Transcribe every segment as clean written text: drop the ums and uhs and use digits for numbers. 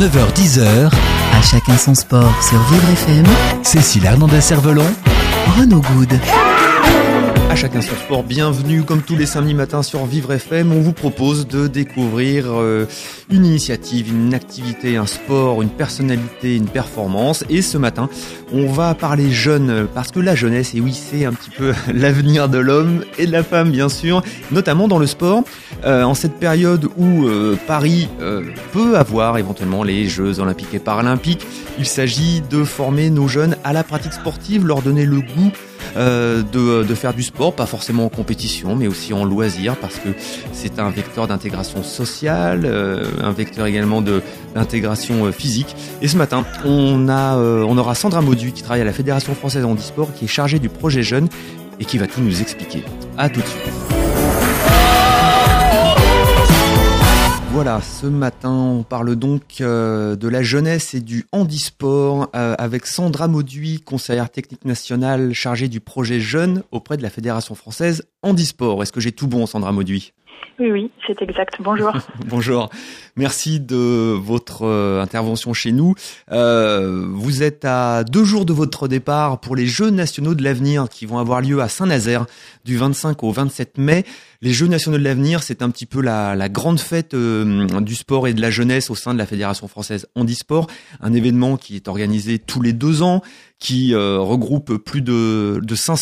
9h-10h, à chacun son sport sur Vivre FM. Cécile Hernandez-Cervelon, Renaud Good. À chacun son sport, bienvenue comme tous les samedis matins sur Vivre FM. On vous propose de découvrir une initiative, une activité, un sport, une personnalité, une performance. Et ce matin, on va parler jeunes, parce que la jeunesse, et oui, c'est un petit peu l'avenir de l'homme et de la femme bien sûr, notamment dans le sport. En cette période où Paris peut avoir éventuellement les Jeux Olympiques et Paralympiques, il s'agit de former nos jeunes à la pratique sportive, leur donner le goût de faire du sport, pas forcément en compétition, mais aussi en loisir, parce que c'est un vecteur d'intégration sociale, un vecteur également d'intégration physique. Et ce matin, on aura Sandra Mauduit qui travaille à la Fédération Française Handisport, qui est chargée du projet Jeunes et qui va tout nous expliquer. À tout de suite. Voilà, ce matin, on parle donc de la jeunesse et du handisport avec Sandra Mauduit, conseillère technique nationale chargée du projet Jeunes auprès de la Fédération Française Handisport. Est-ce que j'ai tout bon, Sandra Mauduit ? Oui, c'est exact. Bonjour. Bonjour. Merci de votre intervention chez nous. Vous êtes à 2 jours de votre départ pour les Jeux nationaux de l'avenir qui vont avoir lieu à Saint-Nazaire du 25 au 27 mai. Les Jeux nationaux de l'avenir, c'est un petit peu la grande fête du sport et de la jeunesse au sein de la Fédération française Handisport. Un événement qui est organisé tous les 2 ans, qui regroupe plus de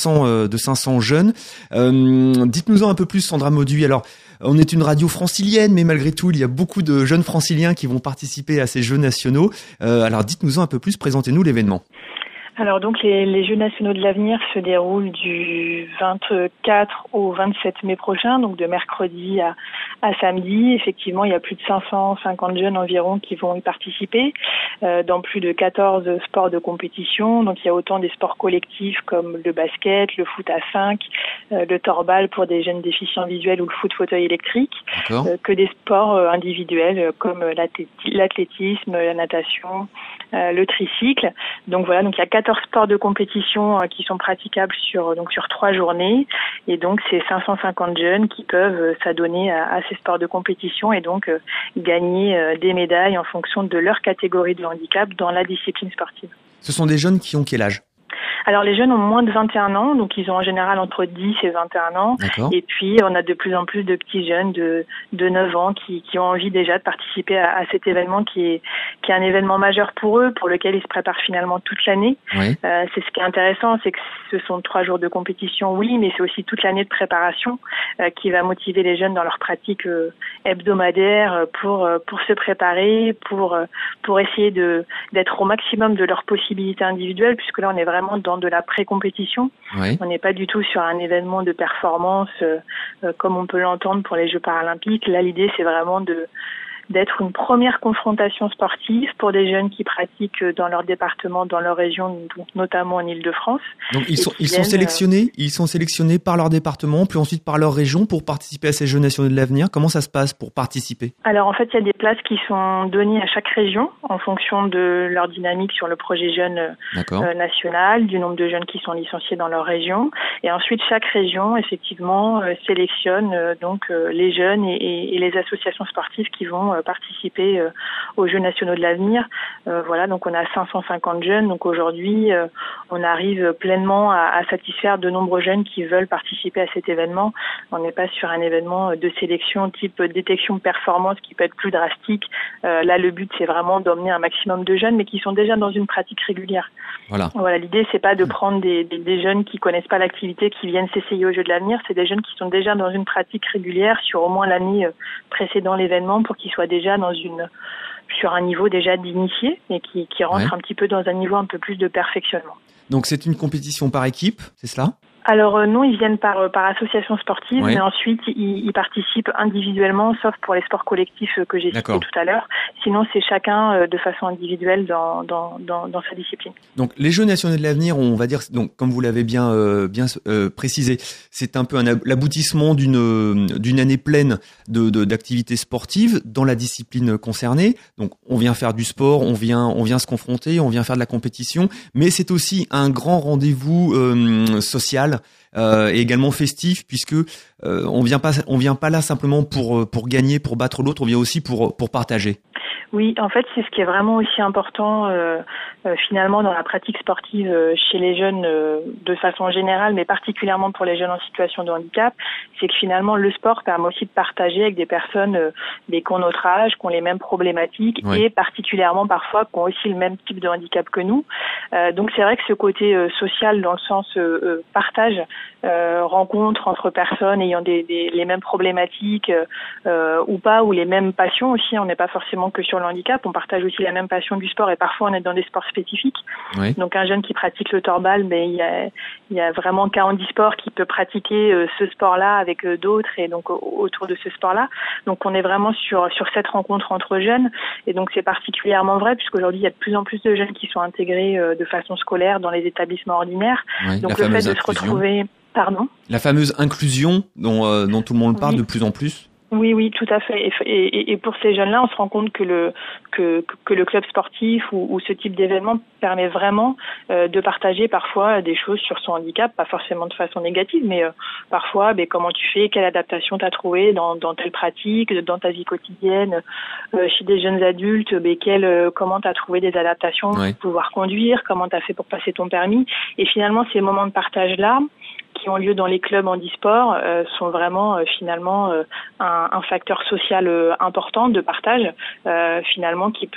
500 jeunes. Dites-nous-en un peu plus, Sandra Mauduit. Alors, on est une radio francilienne, mais malgré tout, il y a beaucoup de jeunes franciliens qui vont participer à ces Jeux nationaux. Alors, dites-nous-en un peu plus, présentez-nous l'événement. Alors donc les Jeux nationaux de l'avenir se déroulent du 24 au 27 mai prochain, donc de mercredi à samedi. Effectivement, il y a plus de 550 jeunes environ qui vont y participer dans plus de 14 sports de compétition. Donc il y a autant des sports collectifs comme le basket, le foot à 5, le torbal pour des jeunes déficients visuels ou le foot fauteuil électrique, que des sports individuels comme l'athlétisme, la natation, le tricycle. Donc voilà, donc il y a 14 sports de compétition qui sont praticables sur 3 journées, et donc c'est 550 jeunes qui peuvent s'adonner à ces sports de compétition et donc gagner des médailles en fonction de leur catégorie de handicap dans la discipline sportive. Ce sont des jeunes qui ont quel âge ? Alors les jeunes ont moins de 21 ans, donc ils ont en général entre 10 et 21 ans. D'accord. Et puis on a de plus en plus de petits jeunes de 9 ans qui ont envie déjà de participer à cet événement qui est un événement majeur pour eux, pour lequel ils se préparent finalement toute l'année. Oui. C'est ce qui est intéressant, c'est que ce sont 3 jours de compétition, oui, mais c'est aussi toute l'année de préparation qui va motiver les jeunes dans leur pratique hebdomadaire pour se préparer, pour essayer d'être au maximum de leurs possibilités individuelles, puisque là on est vraiment dans de la pré-compétition. Oui. On n'est pas du tout sur un événement de performance comme on peut l'entendre pour les Jeux paralympiques. Là, l'idée, c'est vraiment d'être une première confrontation sportive pour des jeunes qui pratiquent dans leur département, dans leur région, notamment en Île-de-France. Donc ils sont sélectionnés par leur département, puis ensuite par leur région pour participer à ces Jeux nationaux de l'avenir. Comment ça se passe pour participer ? Alors en fait, il y a des places qui sont données à chaque région en fonction de leur dynamique sur le projet jeune national, du nombre de jeunes qui sont licenciés dans leur région. Et ensuite, chaque région, effectivement, sélectionne les jeunes et les associations sportives qui vont participer aux Jeux nationaux de l'avenir. Voilà, donc on a 550 jeunes. Donc aujourd'hui, on arrive pleinement à satisfaire de nombreux jeunes qui veulent participer à cet événement. On n'est pas sur un événement de sélection type détection performance qui peut être plus drastique. Là, le but, c'est vraiment d'emmener un maximum de jeunes, mais qui sont déjà dans une pratique régulière. Voilà, l'idée, c'est pas de prendre des jeunes qui connaissent pas l'activité, qui viennent s'essayer aux Jeux de l'avenir. C'est des jeunes qui sont déjà dans une pratique régulière sur au moins l'année précédant l'événement pour qu'ils soient déjà sur un niveau déjà d'initié et qui rentrent un petit peu dans un niveau un peu plus de perfectionnement. Donc c'est une compétition par équipe, c'est cela ? Alors non, ils viennent par association sportive, mais ensuite ils participent individuellement, sauf pour les sports collectifs que j'ai cités tout à l'heure. Sinon, c'est chacun de façon individuelle dans sa discipline. Donc les Jeux nationaux de l'avenir, on va dire, donc comme vous l'avez bien précisé, c'est un peu l'aboutissement d'une année pleine d'activités sportives dans la discipline concernée. Donc on vient faire du sport, on vient se confronter, on vient faire de la compétition, mais c'est aussi un grand rendez-vous social et également festif, puisque on vient pas là simplement pour gagner, pour battre l'autre, on vient aussi pour partager. Oui, en fait, c'est ce qui est vraiment aussi important finalement dans la pratique sportive chez les jeunes de façon générale, mais particulièrement pour les jeunes en situation de handicap, c'est que finalement le sport permet aussi de partager avec des personnes qui ont notre âge, qui ont les mêmes problématiques et particulièrement parfois qui ont aussi le même type de handicap que nous. Donc c'est vrai que ce côté social dans le sens partage, rencontre entre personnes ayant les mêmes problématiques ou pas, ou les mêmes passions aussi. On n'est pas forcément que sur le handicap, on partage aussi la même passion du sport et parfois on est dans des sports spécifiques. Oui. Donc un jeune qui pratique le torbal, il y a vraiment qu'un handisport qui peut pratiquer ce sport-là avec d'autres et donc autour de ce sport-là. Donc on est vraiment sur cette rencontre entre jeunes et donc c'est particulièrement vrai puisqu'aujourd'hui il y a de plus en plus de jeunes qui sont intégrés de façon scolaire dans les établissements ordinaires. Oui, donc le fait de se retrouver... Pardon ? La fameuse inclusion dont tout le monde parle de plus en plus. Oui, tout à fait. Et pour ces jeunes-là, on se rend compte que le club sportif ou ce type d'événement permet vraiment de partager parfois des choses sur son handicap, pas forcément de façon négative, mais parfois comment tu fais, quelle adaptation tu as trouvé dans telle pratique, dans ta vie quotidienne, chez des jeunes adultes, comment tu as trouvé des adaptations pour pouvoir conduire, comment tu as fait pour passer ton permis. Et finalement, ces moments de partage-là, qui ont lieu dans les clubs handisport sont vraiment finalement un facteur social important de partage finalement qui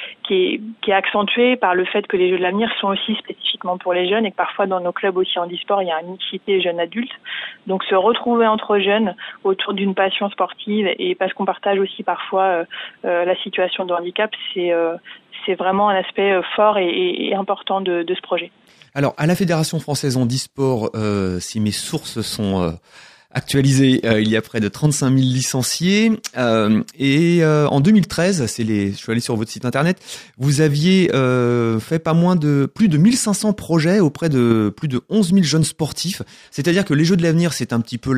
est accentué par le fait que les Jeux de l'avenir sont aussi spécifiquement pour les jeunes et que parfois dans nos clubs aussi handisport il y a une mixité jeunes adultes. Donc se retrouver entre jeunes autour d'une passion sportive et parce qu'on partage aussi parfois la situation de handicap, c'est vraiment un aspect fort et important de ce projet. Alors, à la Fédération française handisport, si mes sources sont actualisées, il y a près de 35 000 licenciés. Et en 2013, je suis allé sur votre site internet, vous aviez fait plus de 1500 projets auprès de plus de 11 000 jeunes sportifs. C'est-à-dire que les Jeux de l'avenir, c'est un petit peu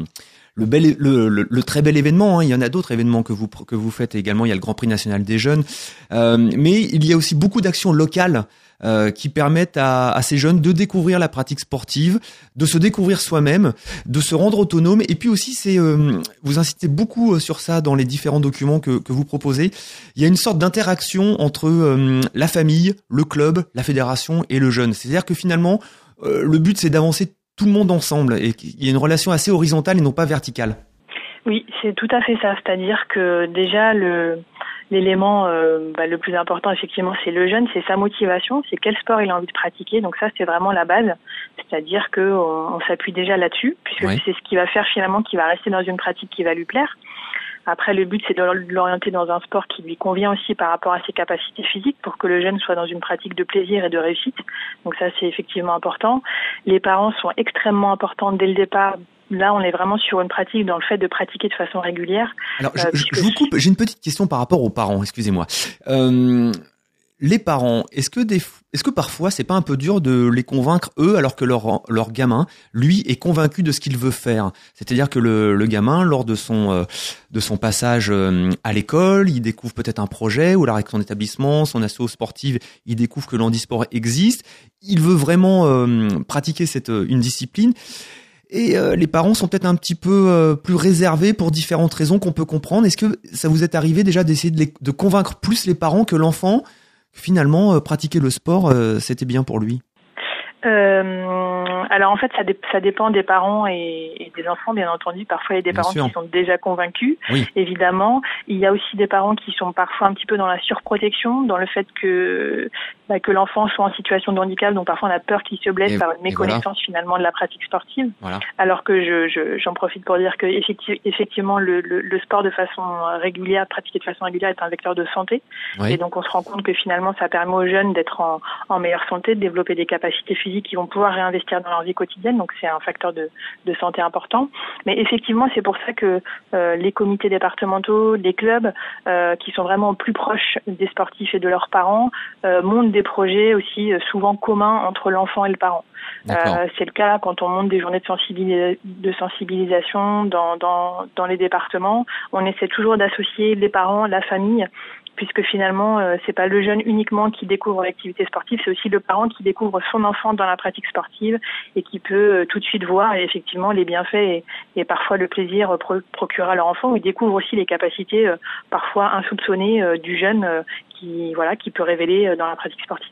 le très bel événement, hein. Il y en a d'autres événements que vous faites également. Il y a le Grand Prix national des jeunes, mais il y a aussi beaucoup d'actions locales qui permettent à ces jeunes de découvrir la pratique sportive, de se découvrir soi-même, de se rendre autonome. Et puis aussi, vous insistez beaucoup sur ça dans les différents documents que vous proposez. Il y a une sorte d'interaction entre la famille, le club, la fédération et le jeune. C'est-à-dire que finalement, le but c'est d'avancer tout le monde ensemble et qu'il y a une relation assez horizontale et non pas verticale. Oui, c'est tout à fait ça. C'est-à-dire que déjà l'élément le plus important effectivement c'est le jeune, c'est sa motivation, c'est quel sport il a envie de pratiquer. Donc ça c'est vraiment la base, c'est-à-dire que on s'appuie déjà là-dessus puisque c'est ce qui va faire finalement qu'il va rester dans une pratique qui va lui plaire. Après, le but, c'est de l'orienter dans un sport qui lui convient aussi par rapport à ses capacités physiques pour que le jeune soit dans une pratique de plaisir et de réussite. Donc ça, c'est effectivement important. Les parents sont extrêmement importants dès le départ. Là, on est vraiment sur une pratique dans le fait de pratiquer de façon régulière. Alors, je vous coupe. J'ai une petite question par rapport aux parents. Excusez-moi. Les parents, est-ce que parfois c'est pas un peu dur de les convaincre eux alors que leur gamin, lui, est convaincu de ce qu'il veut faire? C'est-à-dire que le gamin, lors de son passage à l'école, il découvre peut-être un projet ou alors avec son établissement, son asso sportive, il découvre que l'handisport existe. Il veut vraiment pratiquer une discipline. Et les parents sont peut-être un petit peu plus réservés pour différentes raisons qu'on peut comprendre. Est-ce que ça vous est arrivé déjà d'essayer de convaincre plus les parents que l'enfant? Finalement, pratiquer le sport, c'était bien pour lui? Alors en fait, ça dépend des parents et des enfants, bien entendu. Parfois, il y a des parents qui sont déjà convaincus, évidemment. Il y a aussi des parents qui sont parfois un petit peu dans la surprotection, dans le fait que l'enfant soit en situation de handicap, donc parfois on a peur qu'il se blesse par une méconnaissance finalement de la pratique sportive. Voilà. Alors que j'en profite pour dire que effectivement le sport de façon régulière, pratiqué de façon régulière, est un vecteur de santé. Et donc on se rend compte que finalement ça permet aux jeunes d'être en meilleure santé, de développer des capacités physiques qui vont pouvoir réinvestir dans leur vie quotidienne, donc c'est un facteur de santé important. Mais effectivement, c'est pour ça que les comités départementaux, les clubs qui sont vraiment plus proches des sportifs et de leurs parents montent des projets aussi souvent communs entre l'enfant et le parent. C'est le cas quand on monte des journées de sensibilisation dans les départements. On essaie toujours d'associer les parents, la famille, puisque finalement c'est pas le jeune uniquement qui découvre l'activité sportive, c'est aussi le parent qui découvre son enfant dans la pratique sportive et qui peut tout de suite voir effectivement les bienfaits et parfois le plaisir procuré à leur enfant, ou il découvre aussi les capacités parfois insoupçonnées du jeune qui peut révéler dans la pratique sportive.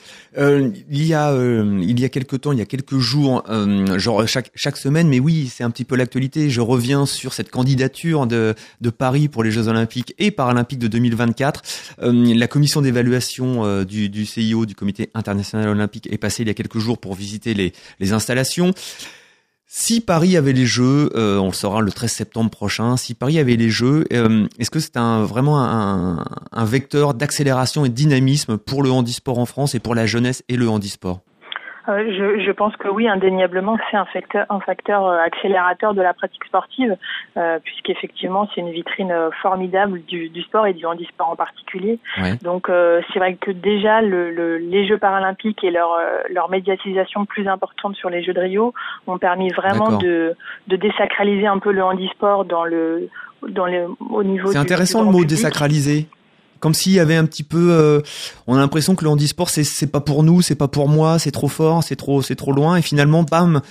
Il y a quelques jours, genre chaque semaine, mais oui, c'est un petit peu l'actualité. Je reviens sur cette candidature de Paris pour les Jeux Olympiques et Paralympiques de 2024. La commission d'évaluation du CIO, du Comité international olympique, est passée il y a quelques jours pour visiter les installations. Si Paris avait les Jeux, on le saura le 13 septembre prochain, si Paris avait les Jeux, est-ce que c'est vraiment un vecteur d'accélération et de dynamisme pour le handisport en France et pour la jeunesse et le handisport ? Je pense que oui, indéniablement, c'est un facteur accélérateur de la pratique sportive, puisqu'effectivement, c'est une vitrine formidable du sport et du handisport en particulier. Ouais. Donc, c'est vrai que déjà, les Jeux paralympiques et leur médiatisation plus importante sur les Jeux de Rio ont permis vraiment de désacraliser un peu le handisport au niveau. C'est intéressant le mot désacraliser. Comme s'il y avait un petit peu, on a l'impression que le handisport c'est pas pour nous, c'est pas pour moi, c'est trop fort, c'est trop loin, et finalement, bam,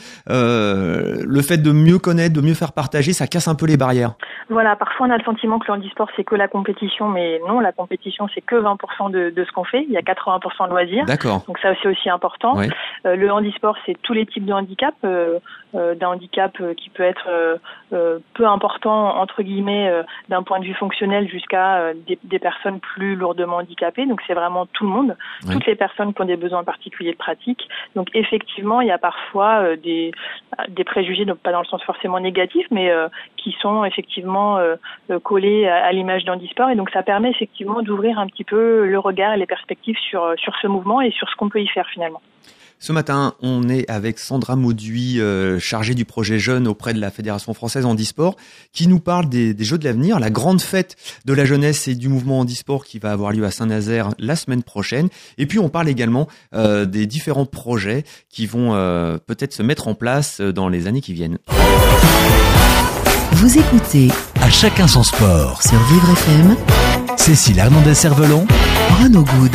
le fait de mieux connaître, de mieux faire partager, ça casse un peu les barrières. Voilà, parfois on a le sentiment que le handisport c'est que la compétition, mais non, la compétition c'est que 20% de ce qu'on fait, il y a 80% de loisirs. D'accord. Donc ça c'est aussi important. Ouais. Le handisport c'est tous les types de handicap, d'un handicap qui peut être peu important entre guillemets d'un point de vue fonctionnel jusqu'à des personnes plus lourdement handicapées. Donc c'est vraiment tout le monde, toutes les personnes qui ont des besoins particuliers de pratique. Donc effectivement il y a parfois des préjugés, donc pas dans le sens forcément négatif, mais qui sont effectivement collés à l'image du handisport, et donc ça permet effectivement d'ouvrir un petit peu le regard et les perspectives sur ce mouvement et sur ce qu'on peut y faire finalement. Ce matin, on est avec Sandra Mauduit, chargée du projet Jeunes auprès de la Fédération française handisport, qui nous parle des Jeux de l'avenir, la grande fête de la jeunesse et du mouvement handisport qui va avoir lieu à Saint-Nazaire la semaine prochaine. Et puis on parle également des différents projets qui vont peut-être se mettre en place dans les années qui viennent. Vous écoutez À chacun son sport sur Vivre FM. Cécile Hernandez-Cervelon, Renaud Good.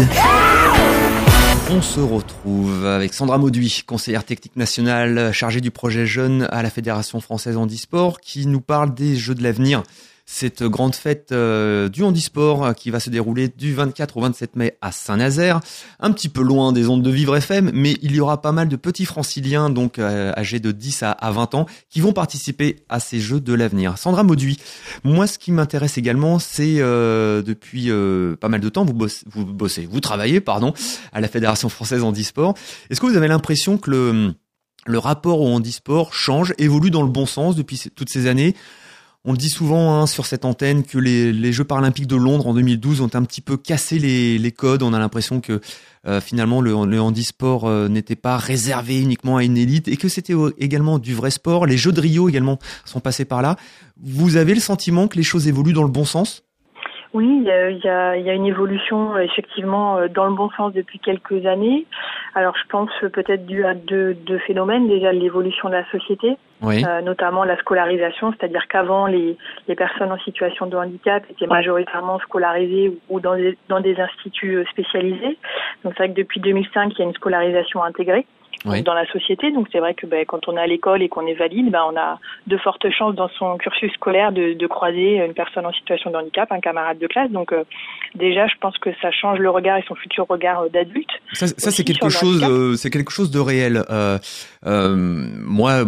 On se retrouve avec Sandra Mauduit, conseillère technique nationale chargée du projet Jeunes à la Fédération française handisport, qui nous parle des Jeux de l'avenir. Cette grande fête du handisport qui va se dérouler du 24 au 27 mai à Saint-Nazaire, un petit peu loin des ondes de Vivre FM, mais il y aura pas mal de petits franciliens, donc âgés de 10 à 20 ans, qui vont participer à ces Jeux de l'avenir. Sandra Mauduit, moi ce qui m'intéresse également, c'est depuis pas mal de temps, vous travaillez à la Fédération française handisport. Est-ce que vous avez l'impression que le rapport au handisport change, évolue dans le bon sens depuis toutes ces années ? On le dit souvent sur cette antenne que les Jeux paralympiques de Londres en 2012 ont un petit peu cassé les codes. On a l'impression que finalement le handisport n'était pas réservé uniquement à une élite et que c'était également du vrai sport. Les Jeux de Rio également sont passés par là. Vous avez le sentiment que les choses évoluent dans le bon sens ? Oui, il y a une évolution effectivement dans le bon sens depuis quelques années. Alors je pense peut-être dû à deux phénomènes. Déjà l'évolution de la société, notamment la scolarisation, c'est-à-dire qu'avant les personnes en situation de handicap étaient majoritairement scolarisées ou dans des instituts spécialisés. Donc c'est vrai que depuis 2005 il y a une scolarisation intégrée. Dans la société. Donc c'est vrai que quand on est à l'école et qu'on est valide, on a de fortes chances dans son cursus scolaire de croiser une personne en situation de handicap, un camarade de classe. Donc déjà, je pense que ça change le regard et son futur regard d'adulte. Ça c'est quelque chose de réel. Moi,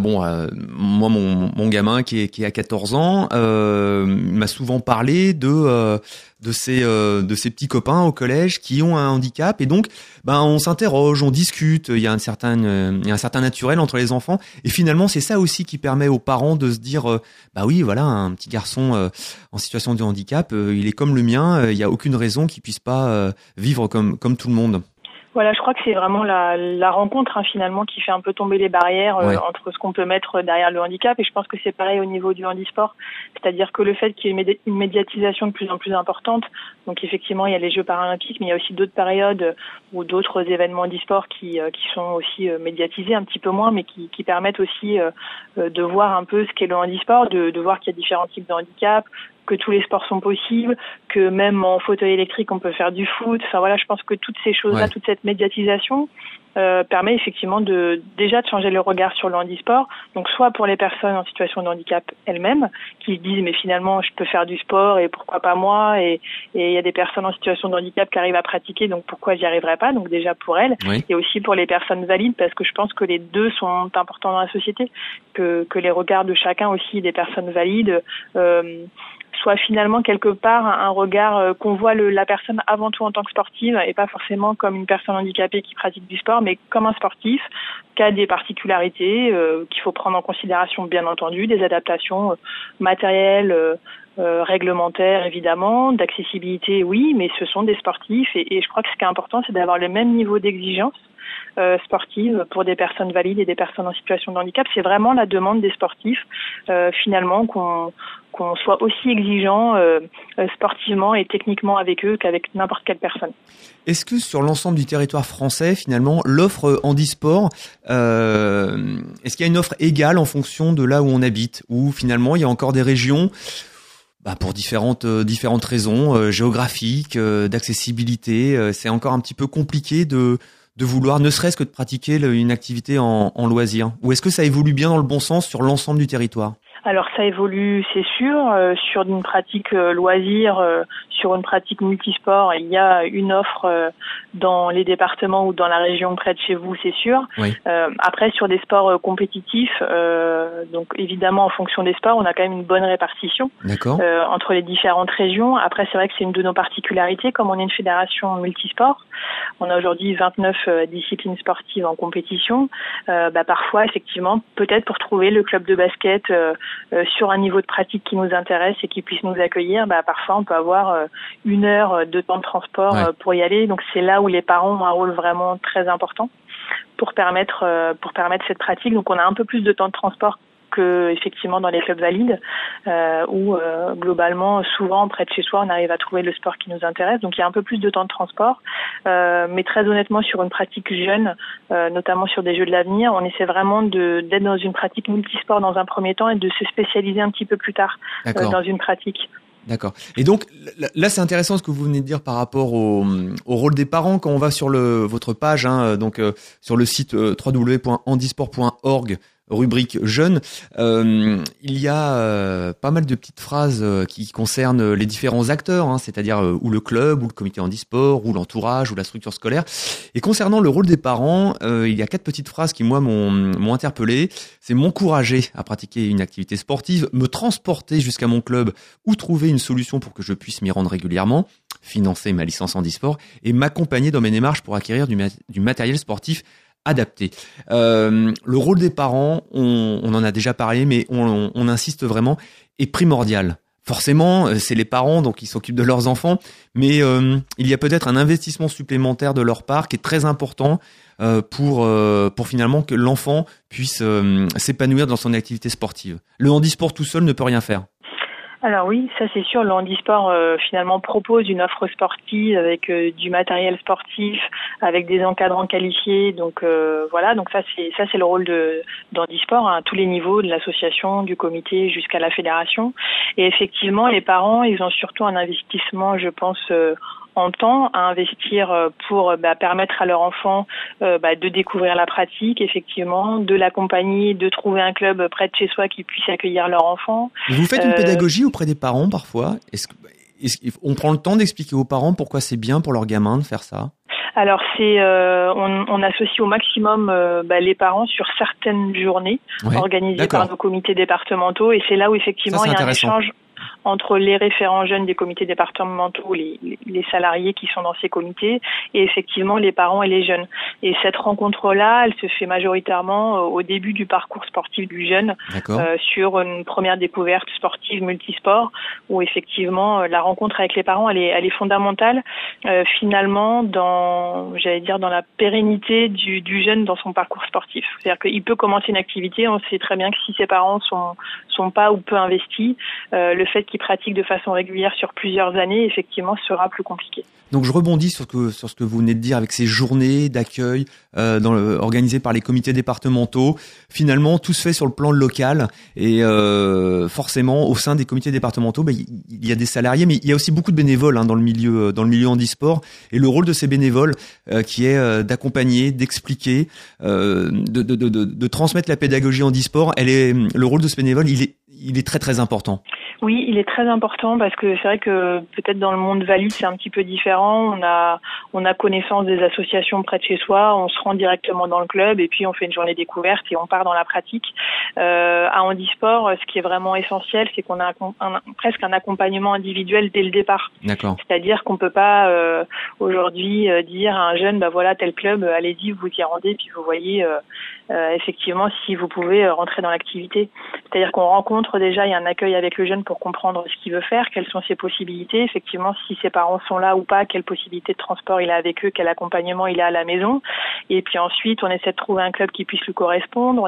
mon gamin qui a 14 ans m'a souvent parlé de ses petits copains au collège qui ont un handicap, et donc on s'interroge, on discute, il y a un certain naturel entre les enfants, et finalement c'est ça aussi qui permet aux parents de se dire oui, voilà, un petit garçon en situation de handicap, il est comme le mien, il y a aucune raison qu'il puisse pas vivre comme tout le monde. Voilà, je crois que c'est vraiment la rencontre finalement qui fait un peu tomber les barrières entre ce qu'on peut mettre derrière le handicap, et je pense que c'est pareil au niveau du handisport, c'est-à-dire que le fait qu'il y ait une médiatisation de plus en plus importante, donc effectivement il y a les Jeux paralympiques, mais il y a aussi d'autres périodes ou d'autres événements handisport qui sont aussi médiatisés un petit peu moins, mais qui permettent aussi de voir un peu ce qu'est le handisport, de voir qu'il y a différents types de handicap, que tous les sports sont possibles, que même en fauteuil électrique on peut faire du foot. Enfin voilà, je pense que toutes ces choses-là, toute cette médiatisation permet effectivement de changer le regard sur le handisport. Donc soit pour les personnes en situation de handicap elles-mêmes qui se disent mais finalement je peux faire du sport et pourquoi pas moi, et il y a des personnes en situation de handicap qui arrivent à pratiquer, donc pourquoi j'y arriverai pas, donc déjà pour elles, et aussi pour les personnes valides, parce que je pense que les deux sont importants dans la société, que les regards de chacun aussi des personnes valides soit finalement quelque part un regard qu'on voit la personne avant tout en tant que sportive et pas forcément comme une personne handicapée qui pratique du sport, mais comme un sportif qui a des particularités qu'il faut prendre en considération, bien entendu, des adaptations matérielles, réglementaires évidemment, d'accessibilité oui, mais ce sont des sportifs et je crois que ce qui est important, c'est d'avoir le même niveau d'exigence sportive pour des personnes valides et des personnes en situation de handicap. C'est vraiment la demande des sportifs finalement qu'on soit aussi exigeant sportivement et techniquement avec eux qu'avec n'importe quelle personne. Est-ce que sur l'ensemble du territoire français, finalement, l'offre handisport, est-ce qu'il y a une offre égale en fonction de là où on habite, ou finalement il y a encore des régions pour différentes raisons géographiques, d'accessibilité, c'est encore un petit peu compliqué de vouloir ne serait-ce que de pratiquer une activité en loisir, ou est-ce que ça évolue bien dans le bon sens sur l'ensemble du territoire ? Alors ça évolue, c'est sûr, sur une pratique loisir, sur une pratique multisport, il y a une offre dans les départements ou dans la région près de chez vous, c'est sûr. Oui. Après, sur des sports compétitifs, donc évidemment en fonction des sports, on a quand même une bonne répartition entre les différentes régions. Après, c'est vrai que c'est une de nos particularités, comme on est une fédération multisport. On a aujourd'hui 29 disciplines sportives en compétition. Parfois, effectivement, peut-être pour trouver le club de basket sur un niveau de pratique qui nous intéresse et qui puisse nous accueillir, parfois on peut avoir 1 heure de temps de transport pour y aller. Donc c'est là où les parents ont un rôle vraiment très important pour permettre cette pratique. Donc on a un peu plus de temps de transport que effectivement dans les clubs valides où globalement souvent près de chez soi on arrive à trouver le sport qui nous intéresse, donc il y a un peu plus de temps de transport, mais très honnêtement sur une pratique jeune, notamment sur des jeux de l'avenir, on essaie vraiment d'être dans une pratique multisport dans un premier temps et de se spécialiser un petit peu plus tard dans une pratique. D'accord. Et donc là, c'est intéressant ce que vous venez de dire par rapport au rôle des parents. Quand on va sur votre page, sur le site www.handisport.org, rubrique jeunes, il y a pas mal de petites phrases qui concernent les différents acteurs, c'est-à-dire ou le club, ou le comité handisport, ou l'entourage, ou la structure scolaire. Et concernant le rôle des parents, il y a 4 petites phrases qui moi m'ont interpellé. C'est m'encourager à pratiquer une activité sportive, me transporter jusqu'à mon club ou trouver une solution pour que je puisse m'y rendre régulièrement, financer ma licence handisport et m'accompagner dans mes démarches pour acquérir du matériel sportif adapté. Le rôle des parents, on en a déjà parlé, mais on insiste vraiment, est primordial. Forcément, c'est les parents, donc ils s'occupent de leurs enfants, mais il y a peut-être un investissement supplémentaire de leur part qui est très important pour finalement que l'enfant puisse s'épanouir dans son activité sportive. Le handisport tout seul ne peut rien faire. Alors oui, ça c'est sûr, le handisport finalement propose une offre sportive avec du matériel sportif, avec des encadrants qualifiés, donc donc ça c'est le rôle d'handisport à tous les niveaux, de l'association, du comité jusqu'à la fédération. Et effectivement, les parents, ils ont surtout un investissement, je pense, en temps à investir pour permettre à leur enfant de découvrir la pratique, effectivement, de l'accompagner, de trouver un club près de chez soi qui puisse accueillir leur enfant. Vous faites une pédagogie auprès des parents parfois ? On prend le temps d'expliquer aux parents pourquoi c'est bien pour leur gamin de faire ça ? Alors on associe au maximum les parents sur certaines journées organisées par nos comités départementaux, et c'est là où effectivement il y a un échange entre les référents jeunes des comités départementaux, les salariés qui sont dans ces comités, et effectivement les parents et les jeunes. Et cette rencontre-là, elle se fait majoritairement au début du parcours sportif du jeune, sur une première découverte sportive multisport, où effectivement la rencontre avec les parents, elle est fondamentale finalement dans la pérennité du jeune dans son parcours sportif. C'est-à-dire qu'il peut commencer une activité, on sait très bien que si ses parents sont pas ou peu investis, le fait qui pratique de façon régulière sur plusieurs années, effectivement, sera plus compliqué. Donc je rebondis sur ce que vous venez de dire avec ces journées d'accueil organisées par les comités départementaux. Finalement, tout se fait sur le plan local et forcément, au sein des comités départementaux, il y a des salariés, mais il y a aussi beaucoup de bénévoles dans le milieu handisport. Et le rôle de ces bénévoles, qui est d'accompagner, d'expliquer, de transmettre la pédagogie handisport, le rôle de ce bénévole, il est très très important. Oui, il est très important parce que c'est vrai que peut-être dans le monde valide c'est un petit peu différent. On a connaissance des associations près de chez soi, on se rend directement dans le club et puis on fait une journée découverte et on part dans la pratique. À handisport, ce qui est vraiment essentiel, c'est qu'on a presque un accompagnement individuel dès le départ. D'accord. C'est-à-dire qu'on peut pas aujourd'hui dire à un jeune, voilà tel club, allez-y, vous y rendez, puis vous voyez effectivement si vous pouvez rentrer dans l'activité. C'est-à-dire qu'on rencontre déjà, il y a un accueil avec le jeune pour comprendre ce qu'il veut faire, quelles sont ses possibilités, effectivement si ses parents sont là ou pas, quelles possibilités de transport il a avec eux, quel accompagnement il a à la maison. Et puis ensuite, on essaie de trouver un club qui puisse lui correspondre,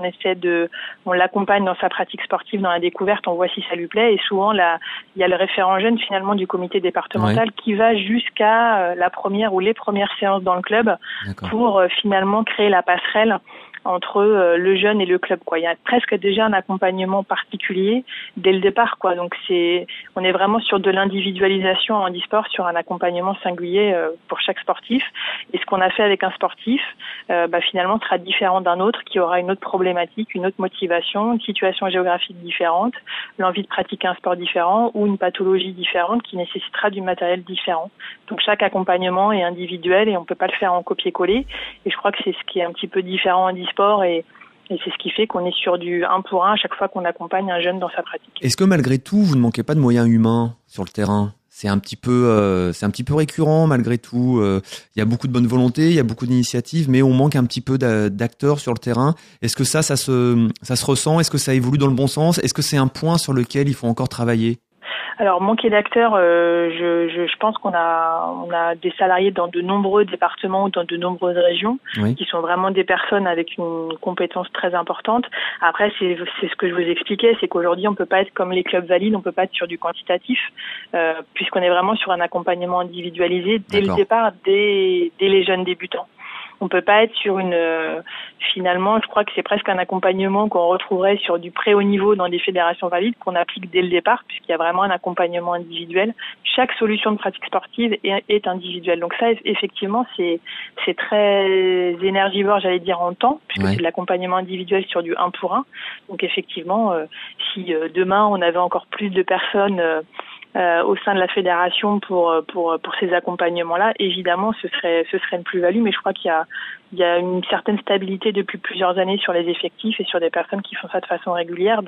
on l'accompagne dans sa pratique sportive, dans la découverte, on voit si ça lui plaît. Et souvent, il y a le référent jeune finalement du comité départemental qui va jusqu'à la première ou les premières séances dans le club. D'accord. Pour finalement créer la passerelle entre le jeune et le club, quoi. Il y a presque déjà un accompagnement particulier dès le départ, quoi. Donc on est vraiment sur de l'individualisation en handisport, sur un accompagnement singulier pour chaque sportif. Et ce qu'on a fait avec un sportif, finalement sera différent d'un autre qui aura une autre problématique, une autre motivation, une situation géographique différente, l'envie de pratiquer un sport différent ou une pathologie différente qui nécessitera du matériel différent. Donc chaque accompagnement est individuel et on peut pas le faire en copier-coller. Et je crois que c'est ce qui est un petit peu différent en handisport et c'est ce qui fait qu'on est sur du 1 pour 1 à chaque fois qu'on accompagne un jeune dans sa pratique. Est-ce que malgré tout, vous ne manquez pas de moyens humains sur le terrain ? C'est un petit peu récurrent malgré tout. Il y a beaucoup de bonne volonté, il y a beaucoup d'initiatives, mais on manque un petit peu d'acteurs sur le terrain. Est-ce que ça se ressent ? Est-ce que ça évolue dans le bon sens ? Est-ce que c'est un point sur lequel il faut encore travailler ? Alors, manquer d'acteurs, je pense qu'on a des salariés dans de nombreux départements ou dans de nombreuses régions qui sont vraiment des personnes avec une compétence très importante. Après, c'est ce que je vous expliquais, c'est qu'aujourd'hui, on peut pas être comme les clubs valides, on peut pas être sur du quantitatif, puisqu'on est vraiment sur un accompagnement individualisé dès le départ, dès les jeunes débutants. On peut pas être sur finalement, je crois que c'est presque un accompagnement qu'on retrouverait sur du pré-haut niveau dans des fédérations valides qu'on applique dès le départ, puisqu'il y a vraiment un accompagnement individuel. Chaque solution de pratique sportive est individuelle. Donc ça, effectivement, c'est très énergivore, j'allais dire, en temps, puisque c'est de l'accompagnement individuel sur du 1 pour 1. Donc effectivement, si demain on avait encore plus de personnes au sein de la fédération pour ces accompagnements-là, évidemment, ce serait une plus-value, mais je crois qu'il y a une certaine stabilité depuis plusieurs années sur les effectifs et sur des personnes qui font ça de façon régulière,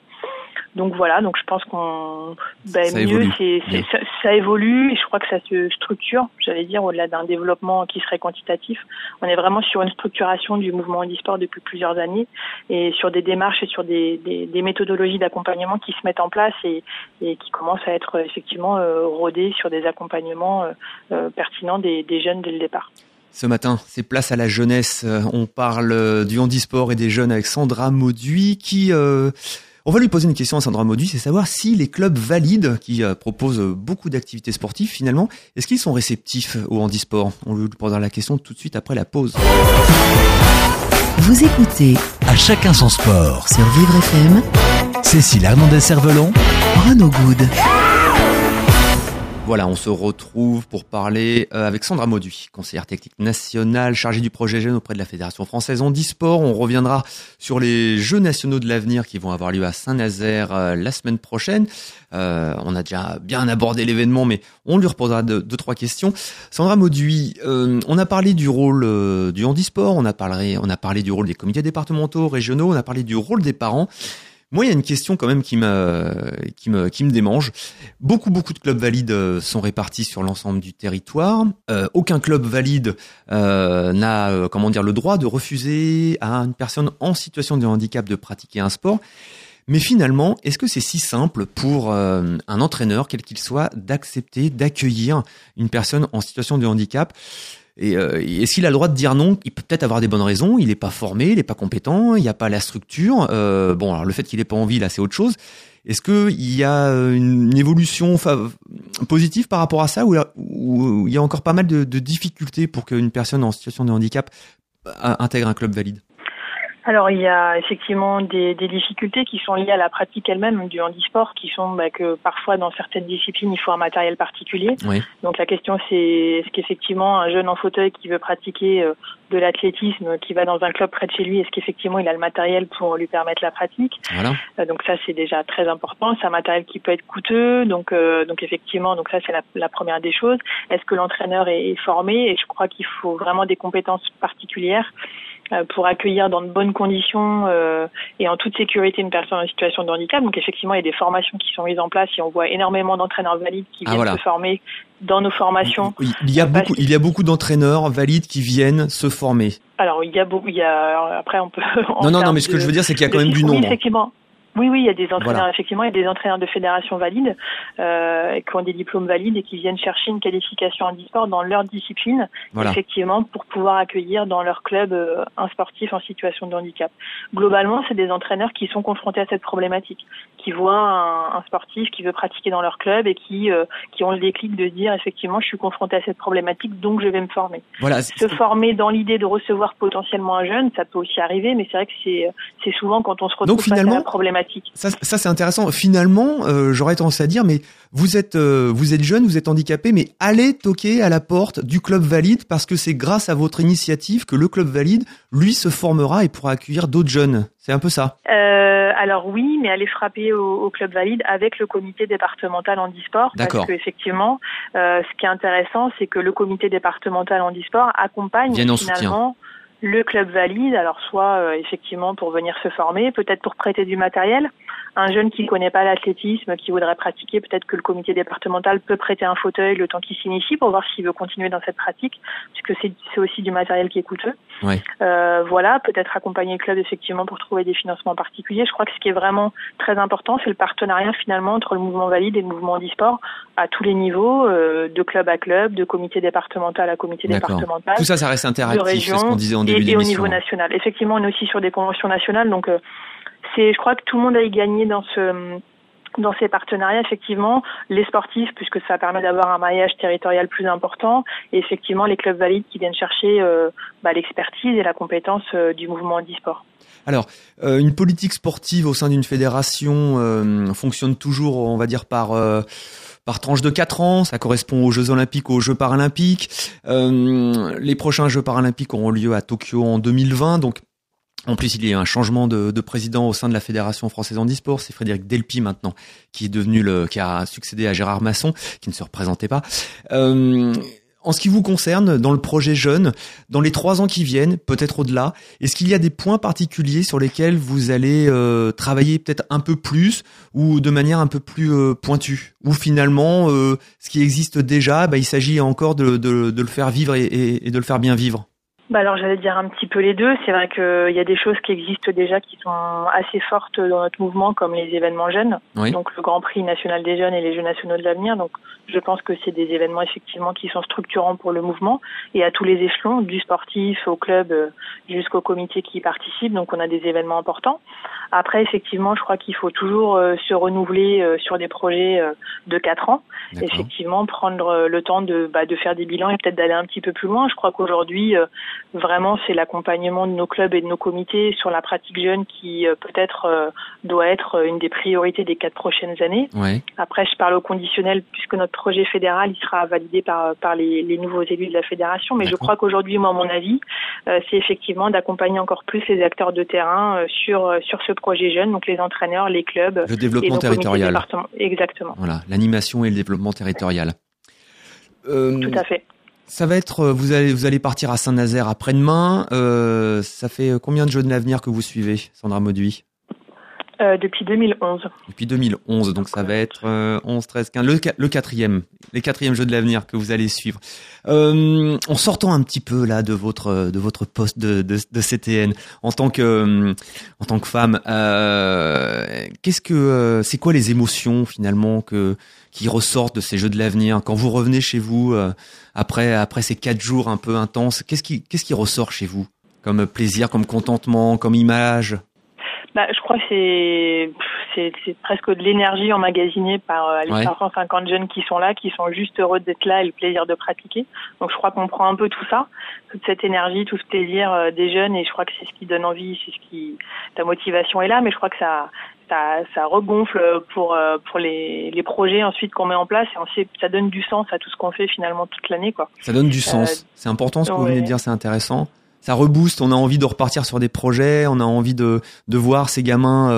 donc voilà, donc je pense qu'on ça évolue et je crois que ça se structure, j'allais dire, au-delà d'un développement qui serait quantitatif. On est vraiment sur une structuration du mouvement handisport depuis plusieurs années et sur des démarches et sur des méthodologies d'accompagnement qui se mettent en place et qui commencent à être effectivement rodées sur des accompagnements pertinents des jeunes dès le départ. Ce matin, c'est place à la jeunesse. On parle du handisport et des jeunes avec Sandra Mauduit qui... On va lui poser une question à Sandra Mauduit, c'est savoir si les clubs valides qui proposent beaucoup d'activités sportives, finalement, est-ce qu'ils sont réceptifs au handisport ? On lui posera la question tout de suite après la pause. Vous écoutez À chacun son sport sur Vivre FM. Cécile Hernandez-Cervelon, Renaud Good. Voilà, on se retrouve pour parler avec Sandra Mauduit, conseillère technique nationale, chargée du projet jeune auprès de la Fédération française handisport. On reviendra sur les Jeux nationaux de l'avenir qui vont avoir lieu à Saint-Nazaire la semaine prochaine. On a déjà bien abordé l'événement, mais on lui reposera deux, trois questions. Sandra Mauduit, on a parlé du rôle du handisport, on a parlé du rôle des comités départementaux, régionaux, on a parlé du rôle des parents. Moi, il y a une question quand même qui me démange. Beaucoup de clubs valides sont répartis sur l'ensemble du territoire. Aucun club valide n'a, le droit de refuser à une personne en situation de handicap de pratiquer un sport. Mais finalement, est-ce que c'est si simple pour un entraîneur, quel qu'il soit, d'accepter, d'accueillir une personne en situation de handicap ? Et est-ce qu'il a le droit de dire non ? Il peut peut-être avoir des bonnes raisons, il n'est pas formé, il n'est pas compétent, il n'y a pas la structure. Alors le fait qu'il n'ait pas envie, là, c'est autre chose. Est-ce que il y a une évolution positive par rapport à ça, ou il y a encore pas mal de difficultés pour qu'une personne en situation de handicap intègre un club valide? Alors, il y a effectivement des difficultés qui sont liées à la pratique elle-même du handisport, qui sont que parfois dans certaines disciplines, il faut un matériel particulier. Oui. Donc la question c'est, est-ce qu'effectivement un jeune en fauteuil qui veut pratiquer de l'athlétisme, qui va dans un club près de chez lui, est-ce qu'effectivement il a le matériel pour lui permettre la pratique? Voilà. Donc ça c'est déjà très important. C'est un matériel qui peut être coûteux, donc effectivement, donc ça c'est la première des choses. Est-ce que l'entraîneur est formé? Et je crois qu'il faut vraiment des compétences particulières pour accueillir dans de bonnes conditions et en toute sécurité une personne en situation de handicap. Donc effectivement, il y a des formations qui sont mises en place et on voit énormément d'entraîneurs valides qui viennent se former dans nos formations. Il y a beaucoup d'entraîneurs valides qui viennent se former. Alors après on peut. Non, mais ce que je veux dire, c'est qu'il y a quand même du nombre. Effectivement. Oui, il y a des entraîneurs, effectivement, il y a des entraîneurs de fédération valides qui ont des diplômes valides et qui viennent chercher une qualification handisport dans leur discipline, effectivement, pour pouvoir accueillir dans leur club un sportif en situation de handicap. Globalement, c'est des entraîneurs qui sont confrontés à cette problématique, qui voient un sportif qui veut pratiquer dans leur club et qui ont le déclic de se dire, effectivement, je suis confronté à cette problématique, donc je vais me former. Voilà. Se former dans l'idée de recevoir potentiellement un jeune, ça peut aussi arriver, mais c'est vrai que c'est souvent quand on se retrouve face à la problématique. Ça c'est intéressant. Finalement, j'aurais tendance à dire, mais vous êtes jeune, vous êtes handicapé, mais allez toquer à la porte du club valide, parce que c'est grâce à votre initiative que le club valide, lui, se formera et pourra accueillir d'autres jeunes. C'est un peu ça. Alors oui, mais allez frapper au club valide avec le comité départemental handisport. D'accord. Parce que effectivement, ce qui est intéressant, c'est que le comité départemental handisport accompagne finalement le club valide, alors soit effectivement pour venir se former, peut-être pour prêter du matériel. Un jeune qui ne connaît pas l'athlétisme, qui voudrait pratiquer, peut-être que le comité départemental peut prêter un fauteuil le temps qu'il s'initie pour voir s'il veut continuer dans cette pratique, puisque c'est aussi du matériel qui est coûteux. Oui. Peut-être accompagner le club effectivement pour trouver des financements particuliers. Je crois que ce qui est vraiment très important, c'est le partenariat finalement entre le mouvement valide et le mouvement handisport à tous les niveaux, de club à club, de comité départemental à comité départemental. Tout ça reste interactif, c'est ce qu'on disait en début d'émission. Et au niveau national. Effectivement, on est aussi sur des conventions nationales, donc je crois que tout le monde a y gagné dans ces partenariats, effectivement, les sportifs, puisque ça permet d'avoir un maillage territorial plus important, et effectivement les clubs valides qui viennent chercher l'expertise et la compétence du mouvement handisport. Alors, une politique sportive au sein d'une fédération fonctionne toujours, on va dire, par tranche de 4 ans, ça correspond aux Jeux Olympiques, aux Jeux Paralympiques. Les prochains Jeux Paralympiques auront lieu à Tokyo en 2020, donc en plus, il y a eu un changement de président au sein de la Fédération française handisport. C'est Frédéric Delpy maintenant qui est qui a succédé à Gérard Masson, qui ne se représentait pas. En ce qui vous concerne, dans le projet jeune, dans les 3 ans qui viennent, peut-être au-delà, est-ce qu'il y a des points particuliers sur lesquels vous allez travailler peut-être un peu plus ou de manière un peu plus pointue? Ou finalement, ce qui existe déjà, il s'agit encore de le faire vivre et de le faire bien vivre? Alors j'allais dire un petit peu les deux. C'est vrai qu'il y a des choses qui existent déjà qui sont assez fortes dans notre mouvement, comme les événements jeunes, donc le Grand Prix national des jeunes et les Jeux nationaux de l'avenir. Donc je pense que c'est des événements effectivement qui sont structurants pour le mouvement et à tous les échelons, du sportif au club jusqu'au comité qui y participe. Donc on a des événements importants. Après effectivement, je crois qu'il faut toujours se renouveler sur des projets de 4 ans. D'accord. Effectivement, prendre le temps de faire des bilans et peut-être d'aller un petit peu plus loin. Je crois qu'aujourd'hui vraiment, c'est l'accompagnement de nos clubs et de nos comités sur la pratique jeune qui peut-être doit être une des priorités des 4 prochaines années. Ouais. Après, je parle au conditionnel puisque notre projet fédéral il sera validé par les nouveaux élus de la fédération. Mais D'accord. Je crois qu'aujourd'hui, moi, à mon avis, c'est effectivement d'accompagner encore plus les acteurs de terrain sur ce projet jeune, donc les entraîneurs, les clubs, le développement territorial. Exactement. Voilà, l'animation et le développement territorial. Tout à fait. Ça va être, vous allez partir à Saint-Nazaire après-demain. Ça fait combien de Jeux de l'avenir que vous suivez, Sandra Mauduit? Depuis 2011. Depuis 2011, donc ça va être 11, 13, 15, le quatrième, les 4e Jeux de l'avenir que vous allez suivre. En sortant un petit peu là de votre poste de CTN en tant que femme, c'est quoi les émotions finalement qui ressortent de ces Jeux de l'avenir quand vous revenez chez vous après ces 4 jours un peu intenses? Qu'est-ce qui ressort chez vous comme plaisir, comme contentement, comme image? Je crois que c'est presque de l'énergie emmagasinée par les 550 jeunes qui sont là, qui sont juste heureux d'être là et le plaisir de pratiquer. Donc je crois qu'on prend un peu tout ça, toute cette énergie, tout ce plaisir des jeunes, et je crois que c'est ce qui donne envie, ta motivation est là, mais je crois que ça regonfle pour les projets ensuite qu'on met en place, et ça donne du sens à tout ce qu'on fait finalement toute l'année, quoi. Ça donne du sens. C'est important ce que vous venez de dire, c'est intéressant. Ça rebooste, on a envie de repartir sur des projets, on a envie de voir ces gamins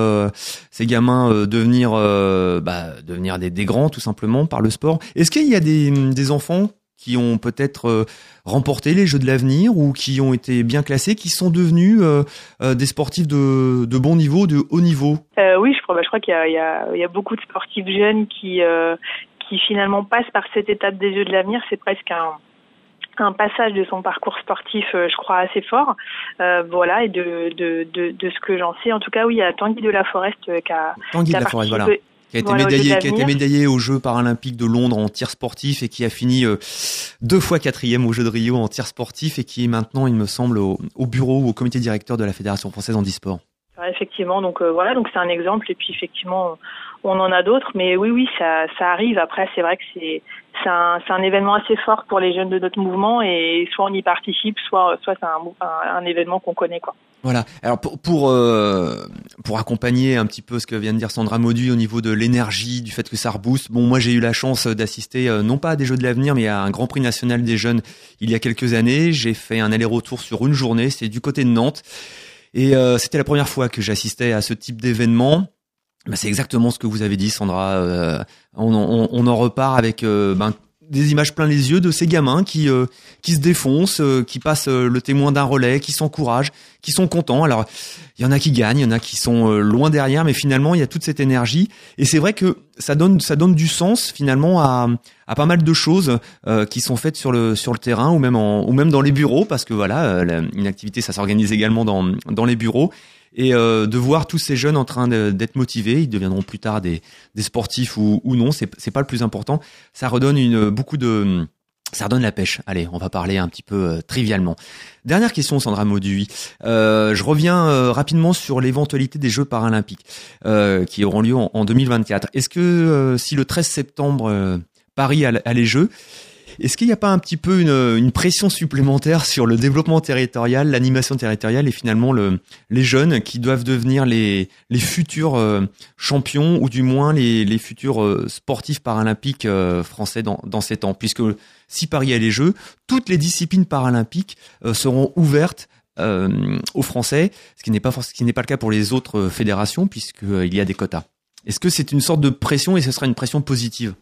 devenir des grands tout simplement par le sport. Est-ce qu'il y a des enfants qui ont peut-être remporté les Jeux de l'avenir ou qui ont été bien classés, qui sont devenus des sportifs de bon niveau, de haut niveau? Oui, je crois qu'il y a beaucoup de sportifs jeunes qui finalement passent par cette étape des Jeux de l'avenir. C'est presque un passage de son parcours sportif, je crois, assez fort. Et de ce que j'en sais, en tout cas, oui, il y a Tanguy de la Forest qui a été médaillé aux Jeux paralympiques de Londres en tir sportif et qui a fini 2 fois 4e aux Jeux de Rio en tir sportif et qui est maintenant, il me semble, au bureau ou au comité directeur de la Fédération française handisport. Effectivement, donc c'est un exemple, et puis effectivement on en a d'autres, mais oui ça arrive. Après c'est vrai que c'est un événement assez fort pour les jeunes de notre mouvement, et soit on y participe, soit c'est un événement qu'on connaît, quoi. Voilà. Alors pour accompagner un petit peu ce que vient de dire Sandra Mauduit au niveau de l'énergie, du fait que ça rebooste. Bon, moi j'ai eu la chance d'assister non pas à des Jeux de l'avenir, mais à un Grand Prix national des jeunes il y a quelques années. J'ai fait un aller-retour sur une journée, c'est du côté de Nantes. Et c'était la première fois que j'assistais à ce type d'événement. C'est exactement ce que vous avez dit, Sandra. On en repart avec des images plein les yeux de ces gamins qui se défoncent, qui passent le témoin d'un relais, qui s'encouragent, qui sont contents. Alors, il y en a qui gagnent, il y en a qui sont loin derrière, mais finalement, il y a toute cette énergie. Et c'est vrai que ça donne du sens finalement à pas mal de choses qui sont faites sur le terrain ou même dans les bureaux, parce que une activité, ça s'organise également dans les bureaux. Et de voir tous ces jeunes en train d'être motivés, ils deviendront plus tard des sportifs ou non, c'est pas le plus important. Ça redonne ça redonne la pêche. Allez, on va parler un petit peu trivialement. Dernière question, Sandra Mauduit. Je reviens rapidement sur l'éventualité des Jeux paralympiques qui auront lieu en 2024. Est-ce que si le 13 septembre Paris a les Jeux, est-ce qu'il n'y a pas un petit peu une pression supplémentaire sur le développement territorial, l'animation territoriale et finalement les jeunes qui doivent devenir les futurs champions, ou du moins les futurs sportifs paralympiques français dans ces temps? Puisque si Paris a les Jeux, toutes les disciplines paralympiques seront ouvertes aux Français, ce qui n'est pas le cas pour les autres fédérations puisqu'il y a des quotas. Est-ce que c'est une sorte de pression et ce sera une pression positive?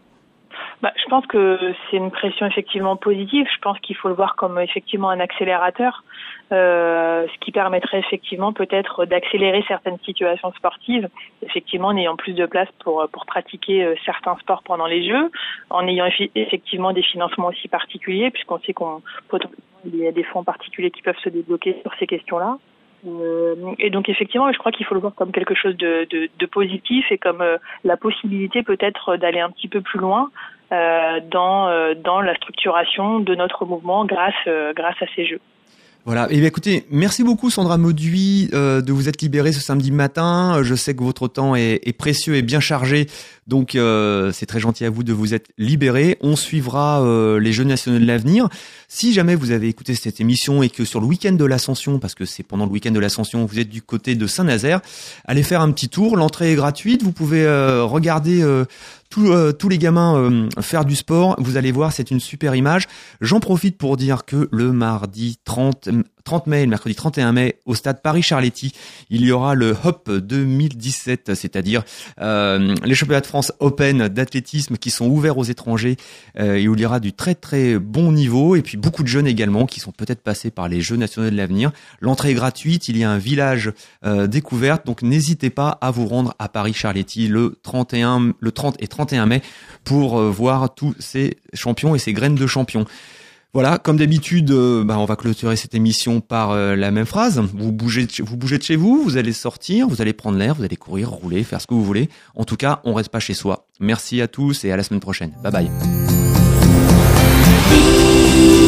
Je pense que c'est une pression effectivement positive. Je pense qu'il faut le voir comme effectivement un accélérateur, ce qui permettrait effectivement peut-être d'accélérer certaines situations sportives, effectivement en ayant plus de place pour pratiquer certains sports pendant les Jeux, en ayant effectivement des financements aussi particuliers, puisqu'on sait qu'il y a des fonds particuliers qui peuvent se débloquer sur ces questions-là. Et donc effectivement, je crois qu'il faut le voir comme quelque chose de positif et comme la possibilité peut-être d'aller un petit peu plus loin dans la structuration de notre mouvement grâce à ces Jeux. Voilà. Et bien, écoutez, merci beaucoup Sandra Mauduit de vous être libérée ce samedi matin. Je sais que votre temps est précieux et bien chargé, donc c'est très gentil à vous de vous être libérée. On suivra les Jeux nationaux de l'avenir. Si jamais vous avez écouté cette émission et que sur le week-end de l'Ascension, parce que c'est pendant le week-end de l'Ascension, vous êtes du côté de Saint-Nazaire, allez faire un petit tour. L'entrée est gratuite. Vous pouvez regarder tous les gamins faire du sport. Vous allez voir, c'est une super image. J'en profite pour dire que le mardi 30 mai et le mercredi 31 mai au stade Paris-Charletti, il y aura le HOP 2017, c'est-à-dire les championnats de France Open d'athlétisme qui sont ouverts aux étrangers et où il y aura du très très bon niveau, et puis beaucoup de jeunes également qui sont peut-être passés par les Jeux nationaux de l'avenir. L'entrée est gratuite, il y a un village découverte, donc n'hésitez pas à vous rendre à Paris-Charletti le 30 et 31 mai pour voir tous ces champions et ces graines de champions. Voilà, comme d'habitude, on va clôturer cette émission par la même phrase. Vous bougez de chez vous, vous allez sortir, vous allez prendre l'air, vous allez courir, rouler, faire ce que vous voulez. En tout cas, on reste pas chez soi. Merci à tous et à la semaine prochaine. Bye bye.